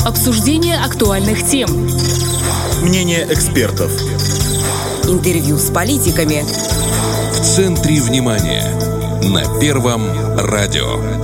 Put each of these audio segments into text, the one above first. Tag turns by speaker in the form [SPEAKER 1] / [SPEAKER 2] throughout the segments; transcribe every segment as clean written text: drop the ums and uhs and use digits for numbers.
[SPEAKER 1] Обсуждение актуальных тем.
[SPEAKER 2] Мнение экспертов.
[SPEAKER 3] Интервью с политиками.
[SPEAKER 4] В центре внимания. На Первом радио.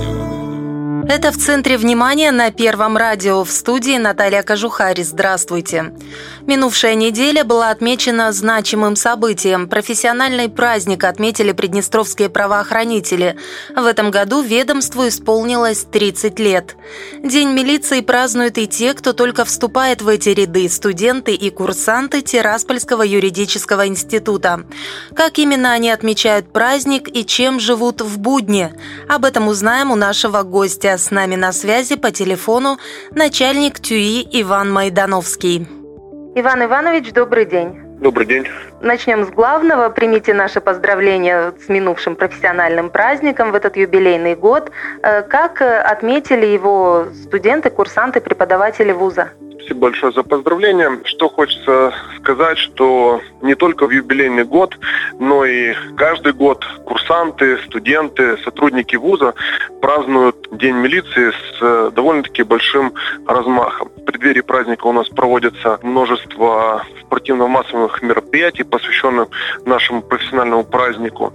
[SPEAKER 5] Это «В центре внимания» на Первом радио. В студии Наталья Кожухарь. Здравствуйте. Минувшая неделя была отмечена значимым событием. Профессиональный праздник отметили приднестровские правоохранители. В этом году ведомству исполнилось 30 лет. День милиции празднуют и те, кто только вступает в эти ряды – студенты и курсанты Тираспольского юридического института. Как именно они отмечают праздник и чем живут в будни? Об этом узнаем у нашего гостя. С нами на связи по телефону начальник ТЮИ Иван Майдановский. Иван Иванович, добрый день.
[SPEAKER 6] Добрый день.
[SPEAKER 5] Начнем с главного. Примите наши поздравления с минувшим профессиональным праздником в этот юбилейный год. Как отметили его студенты, курсанты, преподаватели вуза?
[SPEAKER 6] Спасибо большое за поздравления. Что хочется сказать, что не только в юбилейный год, но и каждый год курсанты, студенты, сотрудники вуза празднуют День милиции с довольно-таки большим размахом. В преддверии праздника у нас проводится множество спортивно-массовых мероприятий, посвященных нашему профессиональному празднику,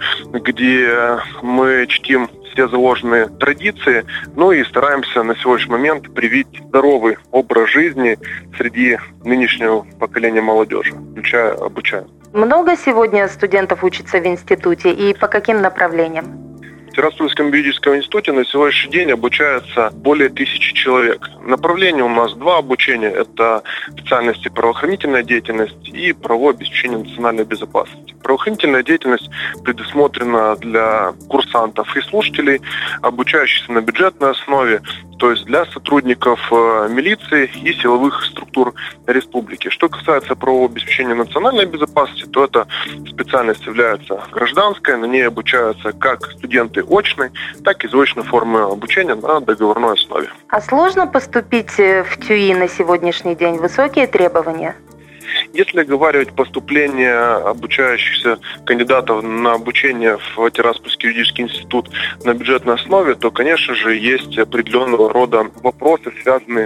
[SPEAKER 6] где мы чтим все заложенные традиции, и стараемся на сегодняшний момент привить здоровый образ жизни среди нынешнего поколения молодежи, включая обучаем.
[SPEAKER 5] Много сегодня студентов учатся в институте и по каким направлениям?
[SPEAKER 6] В Тираспольском юридическом институте на сегодняшний день обучается более 1000 человек. Направления у нас 2 обучения. Это специальности правоохранительная деятельность и правовое обеспечение национальной безопасности. Правоохранительная деятельность предусмотрена для курсантов и слушателей, обучающихся на бюджетной основе, то есть для сотрудников милиции и силовых структур республики. Что касается правового обеспечения национальной безопасности, то эта специальность является гражданской, на ней обучаются как студенты очной, так и заочной формы обучения на договорной основе.
[SPEAKER 5] А сложно поступить в ТЮИ на сегодняшний день? Высокие требования?
[SPEAKER 6] Если говорить поступление обучающихся кандидатов на обучение в Тираспольский юридический институт на бюджетной основе, то, конечно же, есть определенного рода вопросы, связанные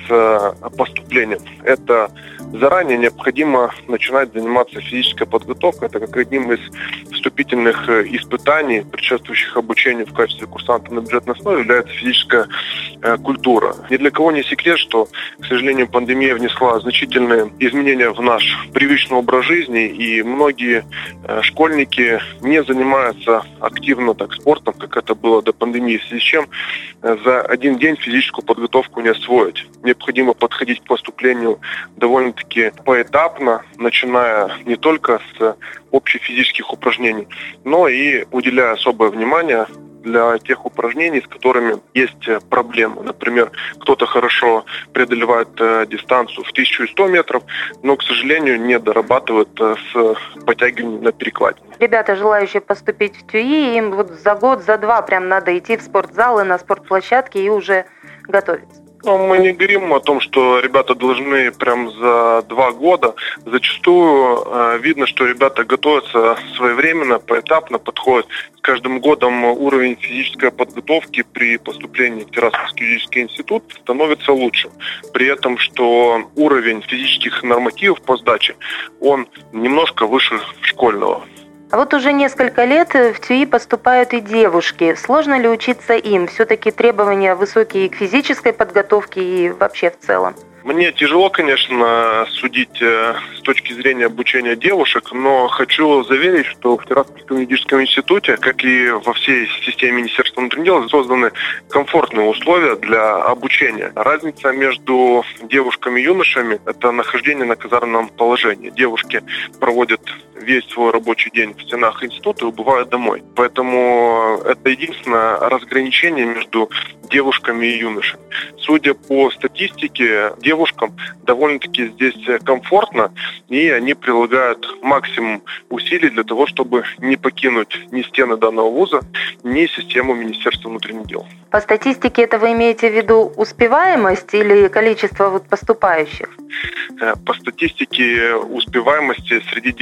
[SPEAKER 6] с поступлением. Это заранее необходимо начинать заниматься физической подготовкой. Это как одним из вступительных испытаний, предшествующих обучению в качестве курсанта на бюджетной основе, является физическая культура. Ни для кого не секрет, что, к сожалению, пандемия внесла значительные изменения в наш привычный образ жизни, и многие школьники не занимаются активно спортом, как это было до пандемии, в связи с чем за один день физическую подготовку не освоить. Необходимо подходить к поступлению довольно-таки поэтапно, начиная не только с общих физических упражнений, но и уделяя особое внимание для тех упражнений, с которыми есть проблемы. Например, кто-то хорошо преодолевает дистанцию в 1100 метров, но, к сожалению, не дорабатывает с подтягиванием на перекладине.
[SPEAKER 5] Ребята, желающие поступить в ТЮИ, им за год, за 2 прям надо идти в спортзалы, на спортплощадки и уже готовиться.
[SPEAKER 6] Мы не говорим о том, что ребята должны прям за 2 года. Зачастую видно, что ребята готовятся своевременно, поэтапно, подходят. С каждым годом уровень физической подготовки при поступлении в Тираспольский юридический институт становится лучше. При этом, что уровень физических нормативов по сдаче, он немножко выше школьного.
[SPEAKER 5] А вот уже несколько лет в ТЮИ поступают и девушки. Сложно ли учиться им? Все-таки требования высокие и к физической подготовке, и вообще в целом.
[SPEAKER 6] Мне тяжело, конечно, судить с точки зрения обучения девушек, но хочу заверить, что в Тираспольском юридическом институте, как и во всей системе Министерства внутренних дел, созданы комфортные условия для обучения. Разница между девушками и юношами – это нахождение на казарменном положении. Девушки проводят весь свой рабочий день в стенах института и убывают домой. Поэтому это единственное разграничение между девушками и юношами. Судя по статистике, девушкам довольно-таки здесь комфортно, и они прилагают максимум усилий для того, чтобы не покинуть ни стены данного вуза, ни систему Министерства внутренних дел.
[SPEAKER 5] По статистике это вы имеете в виду успеваемость или количество поступающих?
[SPEAKER 6] По статистике успеваемости среди девушек.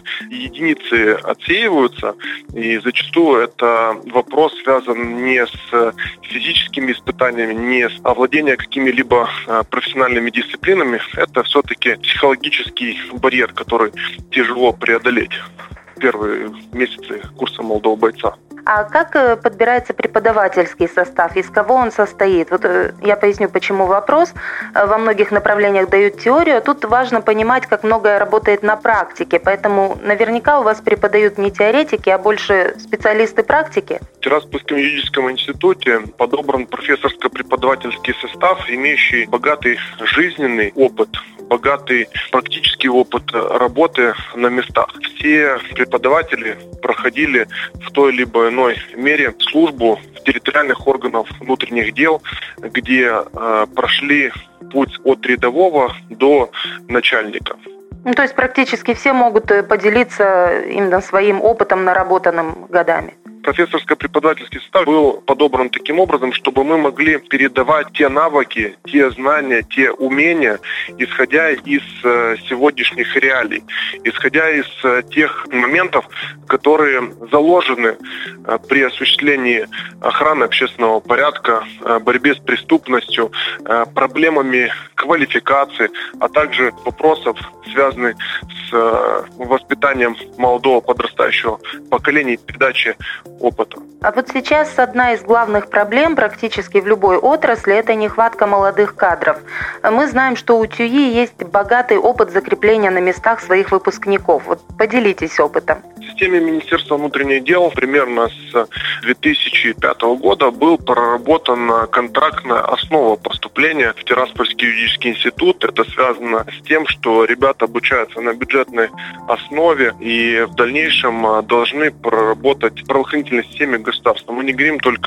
[SPEAKER 6] единицы отсеиваются, и зачастую это вопрос связан не с физическими испытаниями, не с овладением какими-либо профессиональными дисциплинами. Это все-таки психологический барьер, который тяжело преодолеть в первые месяцы курса молодого бойца.
[SPEAKER 5] А как подбирается преподавательский состав? Из кого он состоит? Вот я поясню, почему вопрос. Во многих направлениях дают теорию, а тут важно понимать, как многое работает на практике. Поэтому наверняка у вас преподают не теоретики, а больше специалисты практики.
[SPEAKER 6] В Тираспольском юридическом институте подобран профессорско-преподавательский состав, имеющий богатый жизненный опыт, богатый практический опыт работы на местах. Все преподаватели проходили в той либо иной мере службу в территориальных органах внутренних дел, где прошли путь от рядового до начальника.
[SPEAKER 5] Ну, то есть практически все могут поделиться именно своим опытом, наработанным годами.
[SPEAKER 6] Профессорско-преподавательский состав был подобран таким образом, чтобы мы могли передавать те навыки, те знания, те умения, исходя из сегодняшних реалий, исходя из тех моментов, которые заложены при осуществлении охраны общественного порядка, борьбе с преступностью, проблемами квалификации, а также вопросов, связанных с воспитанием молодого подрастающего поколения и передачей опыта.
[SPEAKER 5] А вот сейчас одна из главных проблем практически в любой отрасли – это нехватка молодых кадров. Мы знаем, что у ТЮИ есть богатый опыт закрепления на местах своих выпускников. Вот поделитесь опытом.
[SPEAKER 6] В системе Министерства внутренних дел примерно с 2005 года был проработана контрактная основа поступления в Тираспольский юридический институт. Это связано с тем, что ребята обучаются на бюджетной основе и в дальнейшем должны проработать в правоохранительной системе государства. Мы не говорим только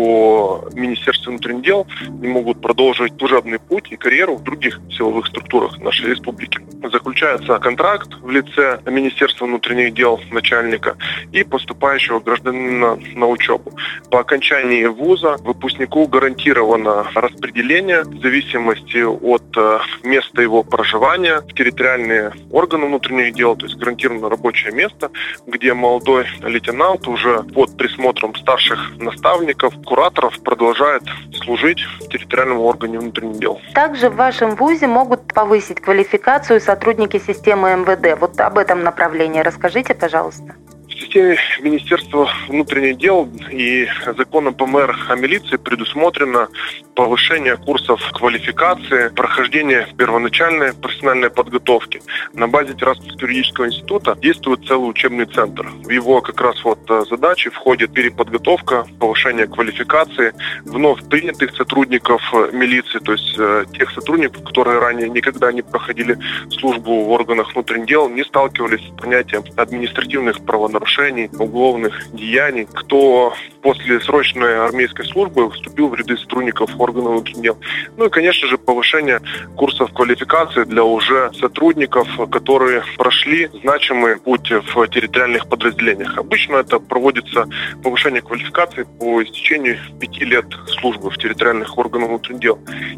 [SPEAKER 6] о Министерстве внутренних дел, они могут продолжить служебный путь и карьеру в других силовых структурах нашей республики. Заключается контракт в лице Министерства внутренних дел начальника и поступающего гражданина на учебу. По окончании вуза выпускнику гарантировано распределение в зависимости от места его проживания в территориальные органы внутренних дел, то есть гарантировано рабочее место, где молодой лейтенант уже под присмотром старших наставников, кураторов продолжает служить в территориальном органе внутренних дел.
[SPEAKER 5] Также в вашем вузе могут повысить квалификацию сотрудники системы МВД. Вот об этом направлении расскажите, пожалуйста.
[SPEAKER 6] В системе Министерства внутренних дел и законом ПМР о милиции предусмотрено повышение курсов квалификации, прохождение первоначальной профессиональной подготовки. На базе Тираспольского юридического института действует целый учебный центр. В его как раз задачи входит переподготовка, повышение квалификации вновь принятых сотрудников милиции, то есть тех сотрудников, которые ранее никогда не проходили службу в органах внутренних дел, не сталкивались с понятием административных правонарушений, уголовных деяний, кто после срочной армейской службы вступил в ряды сотрудников органов внутренних дел. Ну и, конечно же, повышение курсов квалификации для уже сотрудников, которые прошли значимый путь в территориальных подразделениях. Обычно это проводится повышение квалификации по истечению 5 лет службы в территориальных органах внутренних дел.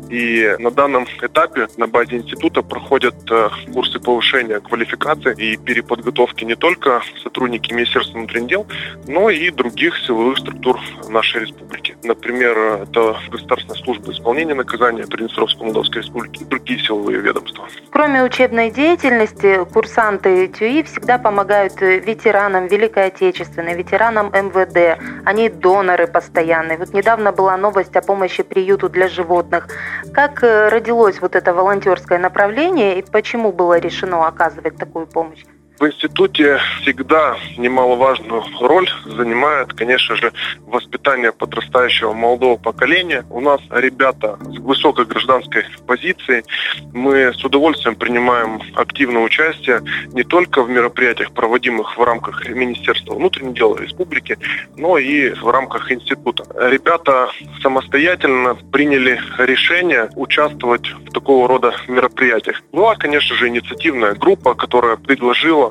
[SPEAKER 6] И на данном этапе на базе института проходят курсы повышения квалификации и переподготовки не только сотрудники Министерства внутренних дел, но и других силовых структур нашей республики. Например, это Государственная служба исполнения наказания Приднестровской Молдавской Республики и другие силовые ведомства.
[SPEAKER 5] Кроме учебной деятельности, курсанты ТЮИ всегда помогают ветеранам Великой Отечественной, ветеранам МВД. Они доноры постоянные. Вот недавно была новость о помощи приюту для животных. Как родилось это волонтерское направление и почему было решено оказывать такую помощь?
[SPEAKER 6] В институте всегда немаловажную роль занимает, конечно же, воспитание подрастающего молодого поколения. У нас ребята с высокой гражданской позицией. Мы с удовольствием принимаем активное участие не только в мероприятиях, проводимых в рамках Министерства внутренних дел республики, но и в рамках института. Ребята самостоятельно приняли решение участвовать в такого рода мероприятиях. Была, конечно же, инициативная группа, которая предложила инициатива,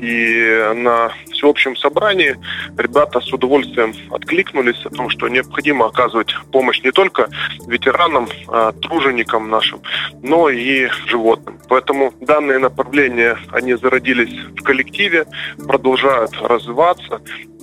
[SPEAKER 6] и на всеобщем собрании ребята с удовольствием откликнулись о том, что необходимо оказывать помощь не только ветеранам, труженикам нашим, но и животным. Поэтому данные направления, они зародились в коллективе, продолжают развиваться,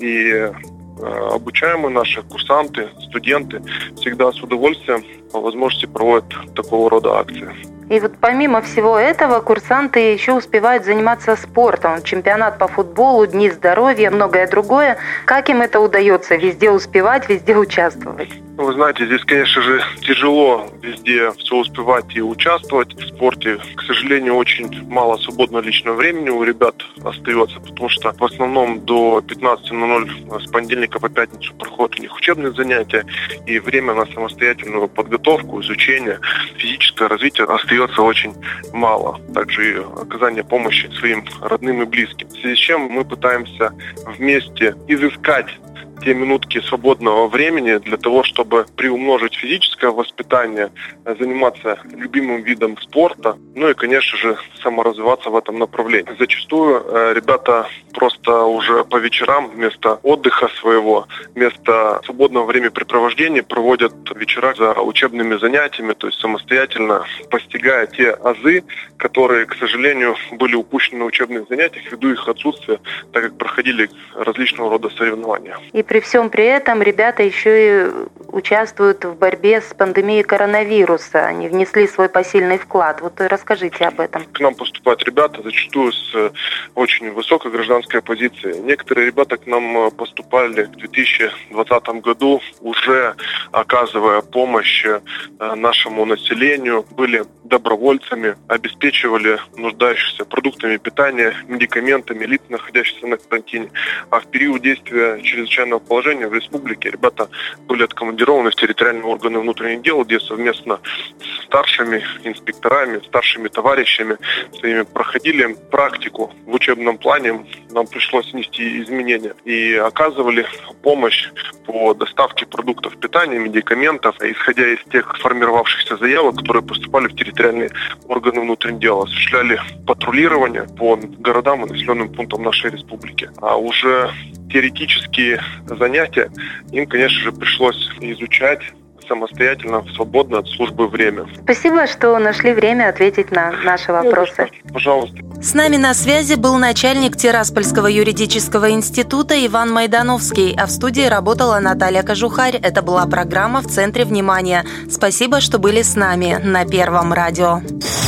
[SPEAKER 6] и обучаемые наши курсанты, студенты всегда с удовольствием по возможности проводят такого рода акции.
[SPEAKER 5] И вот помимо всего этого, курсанты еще успевают заниматься спортом. Чемпионат по футболу, дни здоровья, многое другое. Как им это удается? Везде успевать, везде участвовать?
[SPEAKER 6] Вы знаете, здесь, конечно же, тяжело везде все успевать и участвовать в спорте. К сожалению, очень мало свободного личного времени у ребят остается, потому что в основном до 15:00 с понедельника по пятницу проходят у них учебные занятия, и время на самостоятельную подготовку, изучение, физическое развитие остается очень мало. Также и оказание помощи своим родным и близким. В связи с чем мы пытаемся вместе изыскать те минутки свободного времени для того, чтобы приумножить физическое воспитание, заниматься любимым видом спорта, ну и, конечно же, саморазвиваться в этом направлении. Зачастую ребята просто уже по вечерам вместо отдыха своего, вместо свободного времяпрепровождения проводят вечера за учебными занятиями, то есть самостоятельно постигая те азы, которые, к сожалению, были упущены на учебных занятиях ввиду их отсутствия, так как проходили различного рода соревнования.
[SPEAKER 5] И при всем при этом ребята еще и участвуют в борьбе с пандемией коронавируса. Они внесли свой посильный вклад. Вот расскажите об этом.
[SPEAKER 6] К нам поступают ребята зачастую с очень высокой гражданской позицией. Некоторые ребята к нам поступали в 2020 году, уже оказывая помощь нашему населению, были добровольцами, обеспечивали нуждающихся продуктами питания, медикаментами лиц, находящихся на карантине. А в период действия чрезвычайного положения в республике ребята были откомандированы в территориальные органы внутренних дел, где совместно с старшими инспекторами, старшими товарищами своими проходили практику в учебном плане. Нам пришлось внести изменения и оказывали помощь по доставке продуктов питания, медикаментов, исходя из тех сформировавшихся заявок, которые поступали в территориальные органы внутренних дел, осуществляли патрулирование по городам и населенным пунктам нашей республики. А уже теоретические занятия им, конечно же, пришлось изучать самостоятельно, в свободное от службы время.
[SPEAKER 5] Спасибо, что нашли время ответить на наши вопросы.
[SPEAKER 6] Пожалуйста.
[SPEAKER 5] С нами на связи был начальник Тираспольского юридического института Иван Майдановский, а в студии работала Наталья Кожухарь. Это была программа «В центре внимания». Спасибо, что были с нами на Первом радио.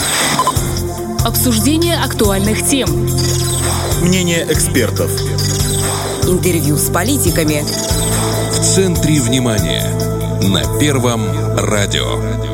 [SPEAKER 1] Обсуждение актуальных тем.
[SPEAKER 2] Мнение экспертов.
[SPEAKER 3] Интервью с политиками.
[SPEAKER 4] В центре внимания. На Первом радио.